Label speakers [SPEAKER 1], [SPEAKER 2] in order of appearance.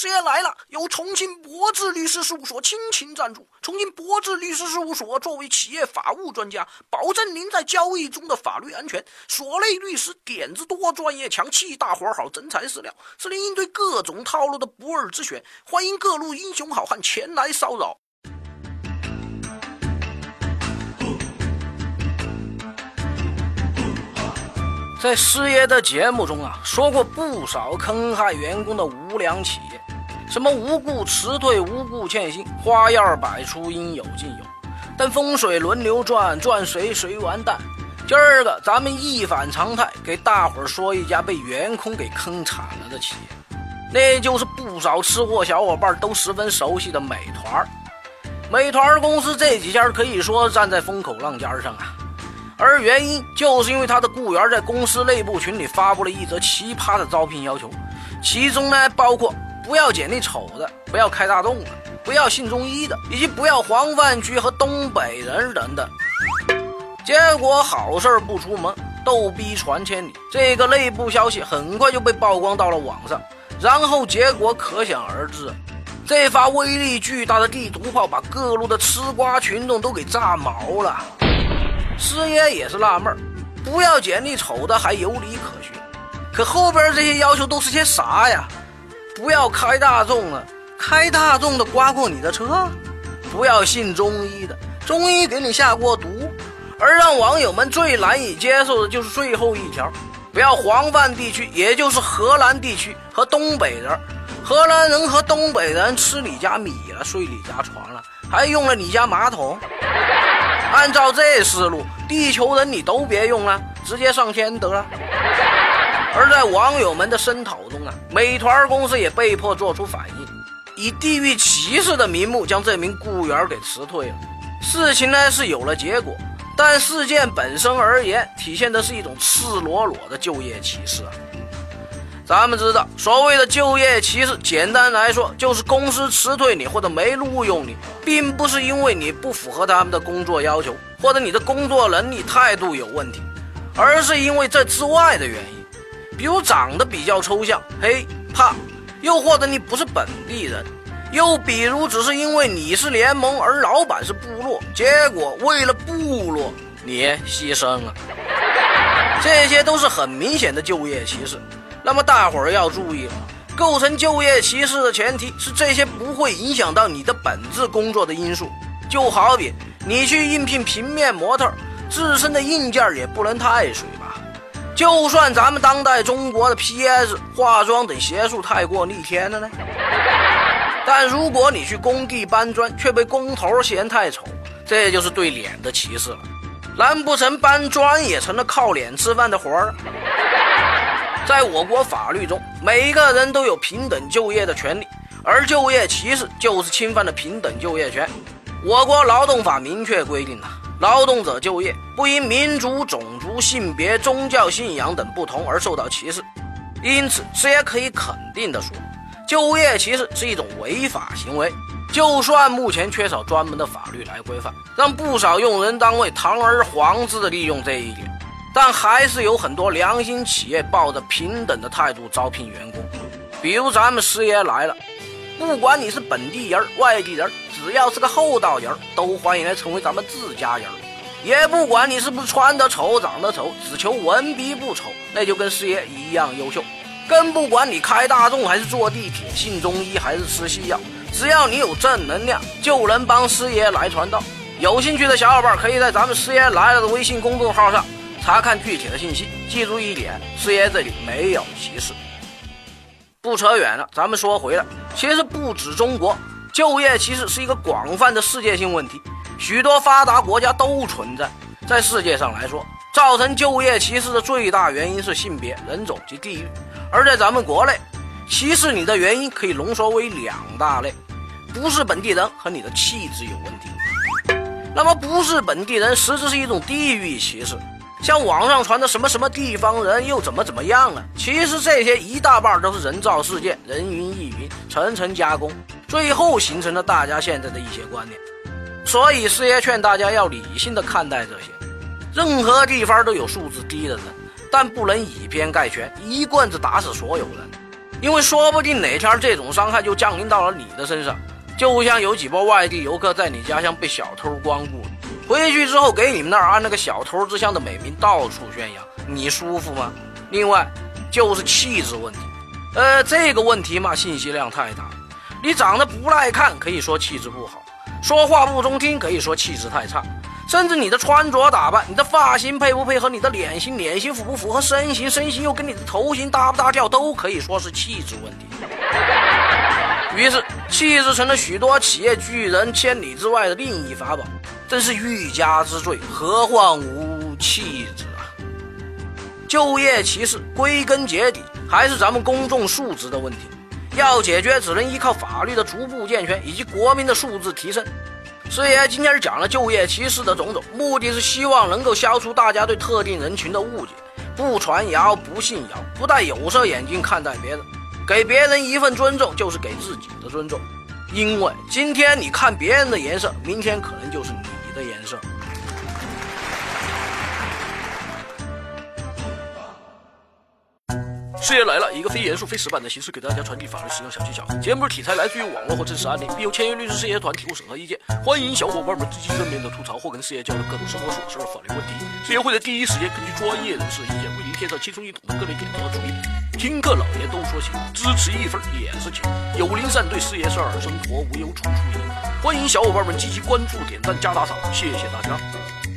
[SPEAKER 1] 事业来了，由重庆博智律师事务所倾情赞助。重庆博智律师事务所作为企业法务专家，保证您在交易中的法律安全。所内律师点子多，专业强，气大活好，真材实料，是您应对各种套路的不二之选。欢迎各路英雄好汉前来骚扰。在师爷的节目中说过不少坑害员工的无良企业，什么无故辞退、无故欠薪，花样百出，应有尽有。但风水轮流转，转谁谁完蛋。今儿个咱们一反常态，给大伙儿说一家被员工给坑惨了的企业，那就是不少吃货小伙伴都十分熟悉的美团。美团公司这几天可以说站在风口浪尖上而原因就是因为他的雇员在公司内部群里发布了一则奇葩的招聘要求，其中呢包括不要简历丑的，不要开大众的，不要信中医的，以及不要黄泛区和东北人等等。结果好事不出门，逗逼传千里，这个内部消息很快就被曝光到了网上，然后结果可想而知，这发威力巨大的地图炮把各路的吃瓜群众都给炸毛了。师爷也是纳闷，不要简历丑的还有理可循，可后边这些要求都是些啥呀？不要开大众的，开大众的刮过你的车？不要信中医的，中医给你下过毒？而让网友们最难以接受的就是最后一条，不要黄泛地区，也就是河南地区和东北人。河南人和东北人吃你家米了，睡你家床了，还用了你家马桶。按照这思路，地球人你都别用了，直接上天得了。而在网友们的声讨中美团公司也被迫做出反应，以地域歧视的名目将这名雇员给辞退了。事情呢是有了结果，但事件本身而言，体现的是一种赤裸裸的就业歧视咱们知道，所谓的就业歧视，简单来说就是公司辞退你或者没录用你，并不是因为你不符合他们的工作要求，或者你的工作能力态度有问题，而是因为这之外的原因，比如长得比较抽象、黑、胖，又或者你不是本地人，又比如只是因为你是联盟而老板是部落，结果为了部落你牺牲了，这些都是很明显的就业歧视。那么大伙儿要注意了，构成就业歧视的前提是这些不会影响到你的本质工作的因素。就好比你去应聘平面模特，自身的硬件也不能太水吧。就算咱们当代中国的 PS、化妆等邪术太过逆天了呢，但如果你去工地搬砖却被工头嫌太丑，这就是对脸的歧视了。难不成搬砖也成了靠脸吃饭的活儿？在我国法律中，每个人都有平等就业的权利，而就业歧视就是侵犯了平等就业权。我国劳动法明确规定劳动者就业不因民族、种族、性别、宗教信仰等不同而受到歧视。因此，这也可以肯定地说，就业歧视是一种违法行为。就算目前缺少专门的法律来规范，让不少用人单位堂而皇之地利用这一点，但还是有很多良心企业抱着平等的态度招聘员工。比如咱们师爷来了，不管你是本地人、外地人，只要是个厚道人，都欢迎来成为咱们自家人。也不管你是不是穿得丑、长得丑，只求文笔不丑，那就跟师爷一样优秀。更不管你开大众还是坐地铁，信中医还是吃西药，只要你有正能量，就能帮师爷来传道。有兴趣的小伙伴可以在咱们师爷来了的微信公众号上查看具体的信息。记住一点，师爷这里没有歧视。不扯远了，咱们说回来，其实不止中国，就业歧视是一个广泛的世界性问题，许多发达国家都存在。在世界上来说，造成就业歧视的最大原因是性别、人种及地域。而在咱们国内，歧视你的原因可以浓缩为两大类，不是本地人和你的气质有问题。那么不是本地人实质是一种地域歧视，像网上传的什么什么地方人又怎么样其实这些一大半都是人造事件，人云亦云，层层加工，最后形成了大家现在的一些观念。所以师爷劝大家要理性的看待这些，任何地方都有素质低的人，但不能以偏概全，一棍子打死所有人。 因为说不定哪天这种伤害就降临到了你的身上。就像有几波外地游客在你家乡被小偷光顾了，回去之后给你们那儿安了个小偷之乡的美名，到处宣扬，你舒服吗？另外就是气质问题，这个问题嘛，信息量太大。你长得不耐看，可以说气质不好；说话不中听，可以说气质太差；甚至你的穿着打扮、你的发型配不配合你的脸型符不符合身形又跟你的头型搭不搭调，都可以说是气质问题。于是气质成了许多企业拒人千里之外的另一法宝，真是欲加之罪，何患无气质啊！就业歧视归根结底还是咱们公众素质的问题，要解决只能依靠法律的逐步健全以及国民的素质提升。师爷今天讲了就业歧视的种种，目的是希望能够消除大家对特定人群的误解，不传谣，不信谣，不戴有色眼镜看待别人，给别人一份尊重就是给自己的尊重。因为今天你看别人的颜色，明天可能就是你的颜色。师爷来了，以一个非严肃非死板的形式给大家传递法律实用小技巧。节目题材来自于网络或真实案例，并由签约律师师爷团提供审核意见。欢迎小伙伴们积极正面的吐槽或跟师爷交流各种生活琐事和法律问题。师爷会在第一时间根据专业人士意见，为您贴上轻松易懂的各类点子和主意。听课老爷都说行，支持一分也是情。有灵善对师爷是耳，生活无忧处处赢。欢迎小伙伴们积极关注、点赞、加打赏，谢谢大家。